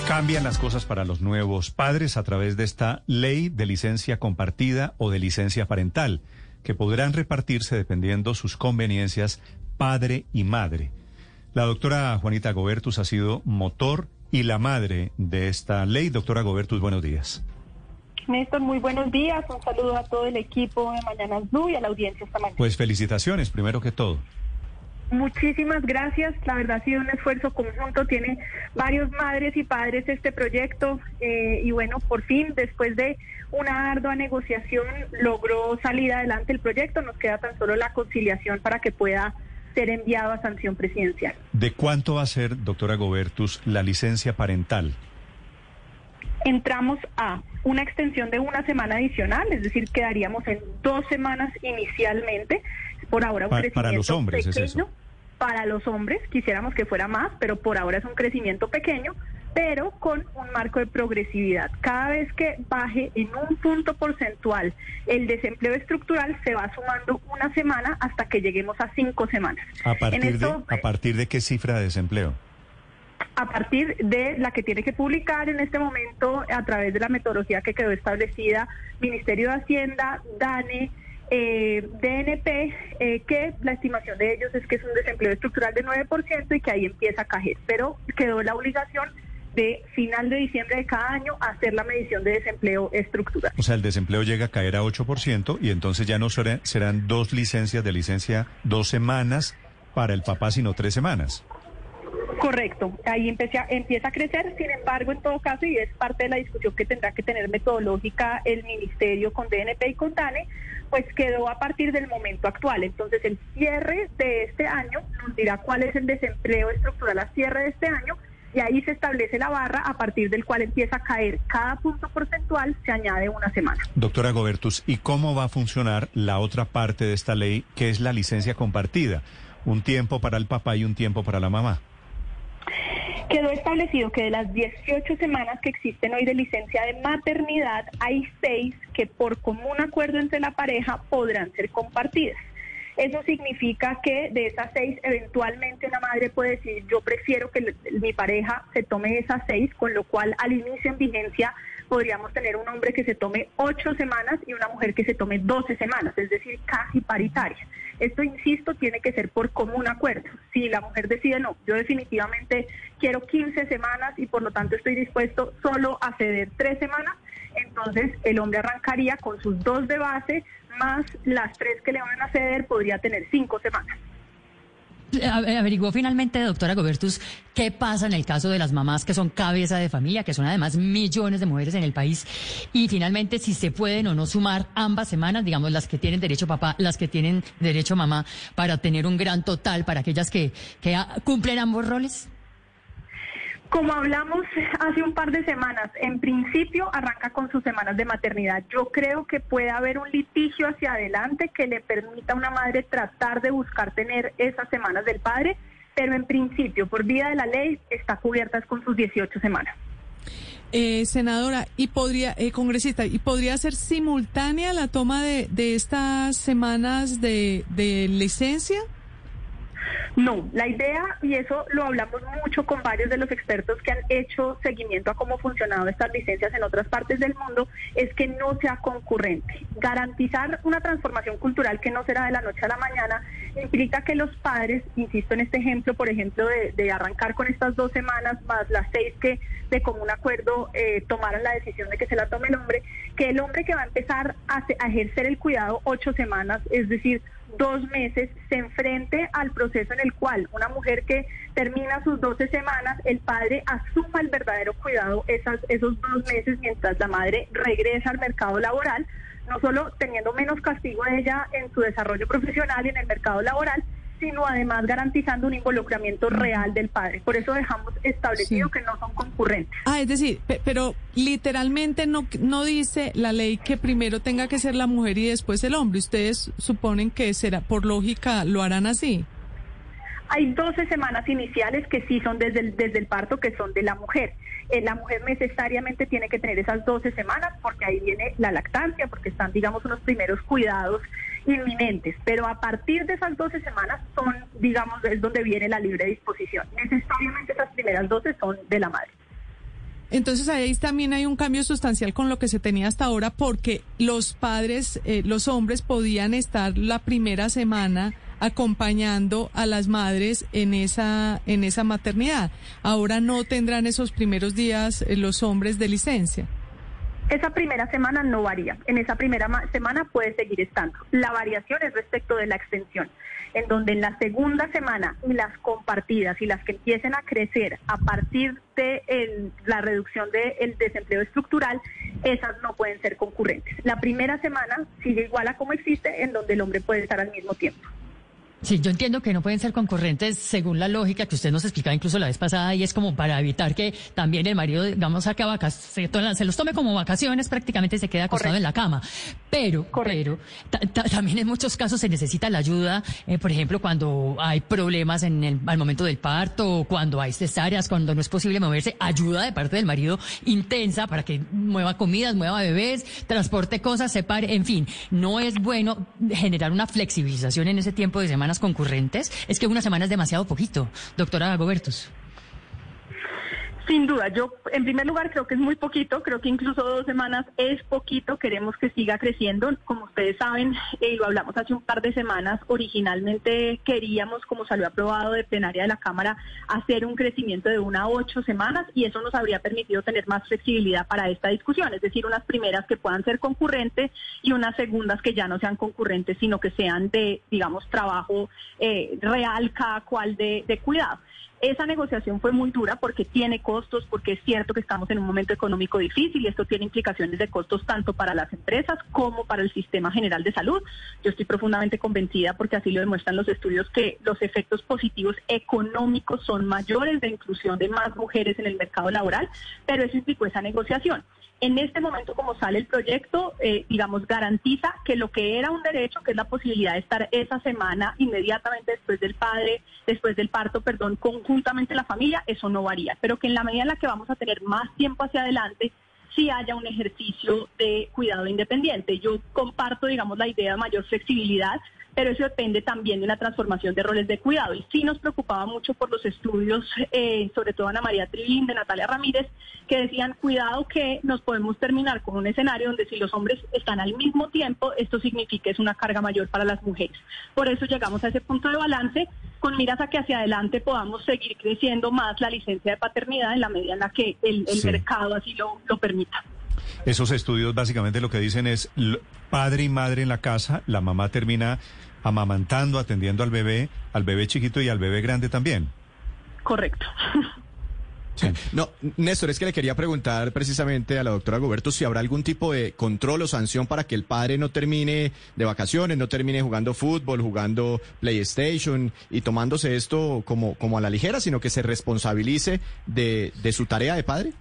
Cambian las cosas para los nuevos padres a través de esta ley de licencia compartida o de licencia parental, que podrán repartirse dependiendo sus conveniencias padre y madre. La doctora Juanita Gobertus ha sido motor y la madre de esta ley. Doctora Gobertus, buenos días. Néstor, muy buenos días. Un saludo a todo el equipo de Mañanas Blue y a la audiencia esta mañana. Pues felicitaciones, primero que todo. Muchísimas gracias. La verdad ha sido un esfuerzo conjunto. Tiene varios madres y padres este proyecto y bueno, por fin, después de una ardua negociación, logró salir adelante el proyecto. Nos queda tan solo la conciliación para que pueda ser enviado a sanción presidencial. ¿De cuánto va a ser, doctora Gobertus, la licencia parental? Entramos a una extensión de una semana adicional, es decir, quedaríamos en 2 semanas inicialmente. Por ahora un crecimiento para los hombres pequeño. ¿Es eso? Para los hombres, quisiéramos que fuera más, pero por ahora es un crecimiento pequeño, pero con un marco de progresividad. Cada vez que baje en un punto porcentual el desempleo estructural, se va sumando una semana hasta que lleguemos a 5 semanas. ¿A partir de qué cifra de desempleo? A partir de la que tiene que publicar en este momento a través de la metodología que quedó establecida Ministerio de Hacienda, DANE, DNP, que la estimación de ellos es que es un desempleo estructural de 9% y que ahí empieza a caer, pero quedó la obligación de final de diciembre de cada año hacer la medición de desempleo estructural. O sea, el desempleo llega a caer a 8% y entonces ya no serán 2 licencias de licencia 2 semanas para el papá, sino 3 semanas. Correcto, ahí empieza a crecer, sin embargo, en todo caso, y es parte de la discusión que tendrá que tener metodológica el Ministerio con DNP y con DANE, pues quedó a partir del momento actual. Entonces, el cierre de este año nos dirá cuál es el desempleo estructural a cierre de este año, y ahí se establece la barra a partir del cual empieza a caer. Cada punto porcentual se añade una semana. Doctora Gobertus, ¿y cómo va a funcionar la otra parte de esta ley, que es la licencia compartida? Un tiempo para el papá y un tiempo para la mamá. Quedó establecido que de las 18 semanas que existen hoy de licencia de maternidad, hay 6 que por común acuerdo entre la pareja podrán ser compartidas. Eso significa que de esas 6, eventualmente una madre puede decir, yo prefiero que mi pareja se tome esas 6, con lo cual al inicio en vigencia podríamos tener un hombre que se tome 8 semanas y una mujer que se tome 12 semanas, es decir, casi paritaria. Esto, insisto, tiene que ser por común acuerdo. Si la mujer decide, no, yo definitivamente quiero 15 semanas y por lo tanto estoy dispuesto solo a ceder 3 semanas, entonces el hombre arrancaría con sus 2 de base, más las 3 que le van a ceder, podría tener 5 semanas. Averiguó finalmente, doctora Gobertus, qué pasa en el caso de las mamás que son cabeza de familia, que son además millones de mujeres en el país, y finalmente si se pueden o no sumar ambas semanas, digamos las que tienen derecho papá, las que tienen derecho mamá, para tener un gran total para aquellas que cumplen ambos roles. Como hablamos hace un par de semanas, en principio arranca con sus semanas de maternidad. Yo creo que puede haber un litigio hacia adelante que le permita a una madre tratar de buscar tener esas semanas del padre, pero en principio, por vía de la ley, está cubierta con sus 18 semanas. Senadora, congresista, ¿y podría ser simultánea la toma de estas semanas de licencia? No, la idea, y eso lo hablamos mucho con varios de los expertos que han hecho seguimiento a cómo funcionado estas licencias en otras partes del mundo, es que no sea concurrente. Garantizar una transformación cultural que no será de la noche a la mañana implica que los padres, insisto en este ejemplo, por ejemplo, de arrancar con estas 2 semanas más las 6 que de común acuerdo tomaran la decisión de que se la tome el hombre, que el hombre que va a empezar a ejercer el cuidado 8 semamas, es decir, 2 meses, se enfrente al proceso en el cual una mujer que termina sus 12 semanas, el padre asuma el verdadero cuidado esos 2 meses mientras la madre regresa al mercado laboral, no solo teniendo menos castigo de ella en su desarrollo profesional y en el mercado laboral, sino además garantizando un involucramiento real del padre. Por eso dejamos establecido que no son concurrentes. Es decir, pero literalmente no dice la ley que primero tenga que ser la mujer y después el hombre. ¿Ustedes suponen que será, por lógica, lo harán así? Hay 12 semanas iniciales que sí son desde el parto, que son de la mujer. La mujer necesariamente tiene que tener esas 12 semanas porque ahí viene la lactancia, porque están, digamos, unos primeros cuidados inminentes. Pero a partir de esas 12 semanas son, digamos, es donde viene la libre disposición. Necesariamente esas primeras 12 son de la madre. Entonces ahí también hay un cambio sustancial con lo que se tenía hasta ahora, porque los padres, los hombres podían estar la primera semana acompañando a las madres en esa maternidad. Ahora no tendrán esos primeros días los hombres de licencia. Esa primera semana no varía. En esa primera semana puede seguir estando. La variación es respecto de la extensión, en donde en la segunda semana y las compartidas y las que empiecen a crecer a partir de la reducción del desempleo estructural, esas no pueden ser concurrentes. La primera semana sigue igual a como existe, en donde el hombre puede estar al mismo tiempo. Sí, yo entiendo que no pueden ser concurrentes según la lógica que usted nos explicaba incluso la vez pasada, y es como para evitar que también el marido, digamos, saque se los tome como vacaciones prácticamente y se quede acostado en la cama. Pero también en muchos casos se necesita la ayuda, por ejemplo, cuando hay problemas al momento del parto, o cuando hay cesáreas, cuando no es posible moverse, ayuda de parte del marido intensa para que mueva comidas, mueva bebés, transporte cosas, separe, en fin. No es bueno generar una flexibilización en ese tiempo de semanas concurrentes. Es que una semana es demasiado poquito, doctora Gobertus. Sin duda, yo en primer lugar creo que es muy poquito, creo que incluso 2 semanas es poquito, queremos que siga creciendo. Como ustedes saben, lo hablamos hace un par de semanas, originalmente queríamos, como salió aprobado de plenaria de la Cámara, hacer un crecimiento de 1 a 8 semanas, y eso nos habría permitido tener más flexibilidad para esta discusión, es decir, unas primeras que puedan ser concurrentes y unas segundas que ya no sean concurrentes, sino que sean de, digamos, trabajo real cada cual de cuidado. Esa negociación fue muy dura porque tiene costos, porque es cierto que estamos en un momento económico difícil y esto tiene implicaciones de costos tanto para las empresas como para el sistema general de salud. Yo estoy profundamente convencida, porque así lo demuestran los estudios, que los efectos positivos económicos son mayores de inclusión de más mujeres en el mercado laboral, pero eso implicó esa negociación. En este momento, como sale el proyecto, digamos, garantiza que lo que era un derecho, que es la posibilidad de estar esa semana inmediatamente después del parto, conjuntamente la familia, eso no varía. Pero que en la medida en la que vamos a tener más tiempo hacia adelante, sí haya un ejercicio de cuidado independiente. Yo comparto, digamos, la idea de mayor flexibilidad, pero eso depende también de una transformación de roles de cuidado. Y sí nos preocupaba mucho por los estudios, sobre todo Ana María Trivín, de Natalia Ramírez, que decían, cuidado que nos podemos terminar con un escenario donde si los hombres están al mismo tiempo, esto significa es una carga mayor para las mujeres. Por eso llegamos a ese punto de balance, con miras a que hacia adelante podamos seguir creciendo más la licencia de paternidad en la medida en la que el mercado así lo permita. Esos estudios básicamente lo que dicen es padre y madre en la casa, la mamá termina amamantando, atendiendo al bebé chiquito y al bebé grande también. Correcto. Sí. No, Néstor, es que le quería preguntar precisamente a la doctora Gobertus si habrá algún tipo de control o sanción para que el padre no termine de vacaciones, no termine jugando fútbol, jugando PlayStation y tomándose esto como a la ligera, sino que se responsabilice de su tarea de padre.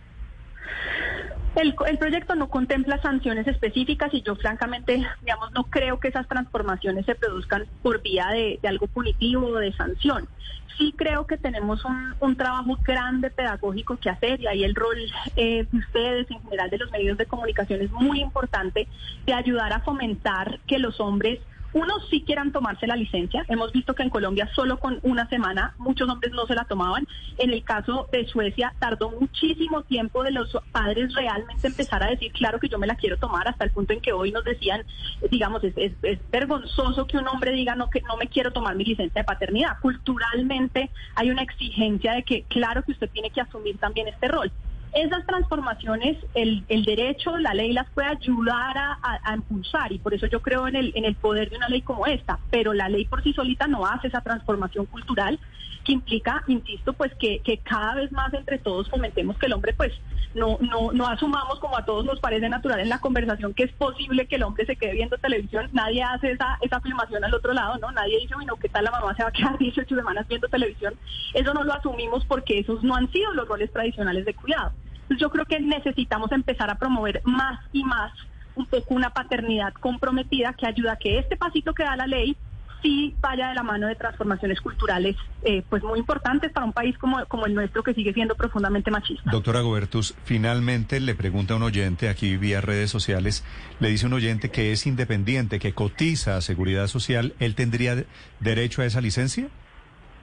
El proyecto no contempla sanciones específicas y yo francamente, digamos, no creo que esas transformaciones se produzcan por vía de algo punitivo o de sanción. Sí creo que tenemos un trabajo grande pedagógico que hacer, y ahí el rol de ustedes, en general de los medios de comunicación, es muy importante, de ayudar a fomentar que los hombres, unos sí quieran tomarse la licencia. Hemos visto que en Colombia solo con 1 semana muchos hombres no se la tomaban. En el caso de Suecia tardó muchísimo tiempo de los padres realmente empezar a decir, claro que yo me la quiero tomar, hasta el punto en que hoy nos decían, digamos, es vergonzoso que un hombre diga que no me quiero tomar mi licencia de paternidad. Culturalmente hay una exigencia de que claro que usted tiene que asumir también este rol. Esas transformaciones, el derecho, la ley las puede ayudar a impulsar, y por eso yo creo en el poder de una ley como esta, pero la ley por sí solita no hace esa transformación cultural que implica, insisto, pues que cada vez más entre todos fomentemos que el hombre pues no asumamos, como a todos nos parece natural en la conversación, que es posible que el hombre se quede viendo televisión. Nadie hace esa afirmación al otro lado, ¿no? Nadie dice, bueno, ¿qué tal la mamá se va a quedar 18 semanas viendo televisión? Eso no lo asumimos porque esos no han sido los roles tradicionales de cuidado. Entonces yo creo que necesitamos empezar a promover más y más un poco una paternidad comprometida que ayuda a que este pasito que da la ley sí vaya de la mano de transformaciones culturales pues muy importantes para un país como el nuestro, que sigue siendo profundamente machista. Doctora Gobertus, finalmente le pregunta a un oyente aquí vía redes sociales, le dice un oyente que es independiente, que cotiza a Seguridad Social, ¿él tendría derecho a esa licencia?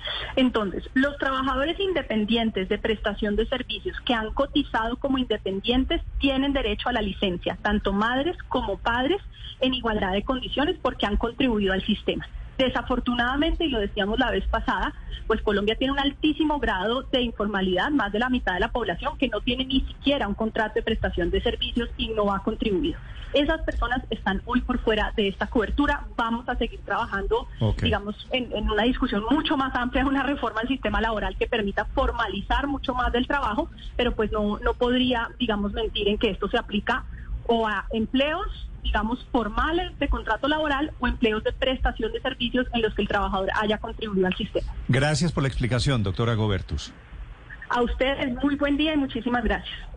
Entonces, los trabajadores independientes de prestación de servicios que han cotizado como independientes tienen derecho a la licencia, tanto madres como padres, en igualdad de condiciones porque han contribuido al sistema. Desafortunadamente, y lo decíamos la vez pasada, pues Colombia tiene un altísimo grado de informalidad, más de la mitad de la población que no tiene ni siquiera un contrato de prestación de servicios y no ha contribuido. Esas personas están hoy por fuera de esta cobertura. Vamos a seguir trabajando, digamos, en una discusión mucho más amplia, una reforma al sistema laboral que permita formalizar mucho más del trabajo, pero pues no podría, digamos, mentir en que esto se aplica o a empleos, digamos, formales de contrato laboral o empleos de prestación de servicios en los que el trabajador haya contribuido al sistema. Gracias por la explicación, doctora Gobertus. A ustedes, muy buen día y muchísimas gracias.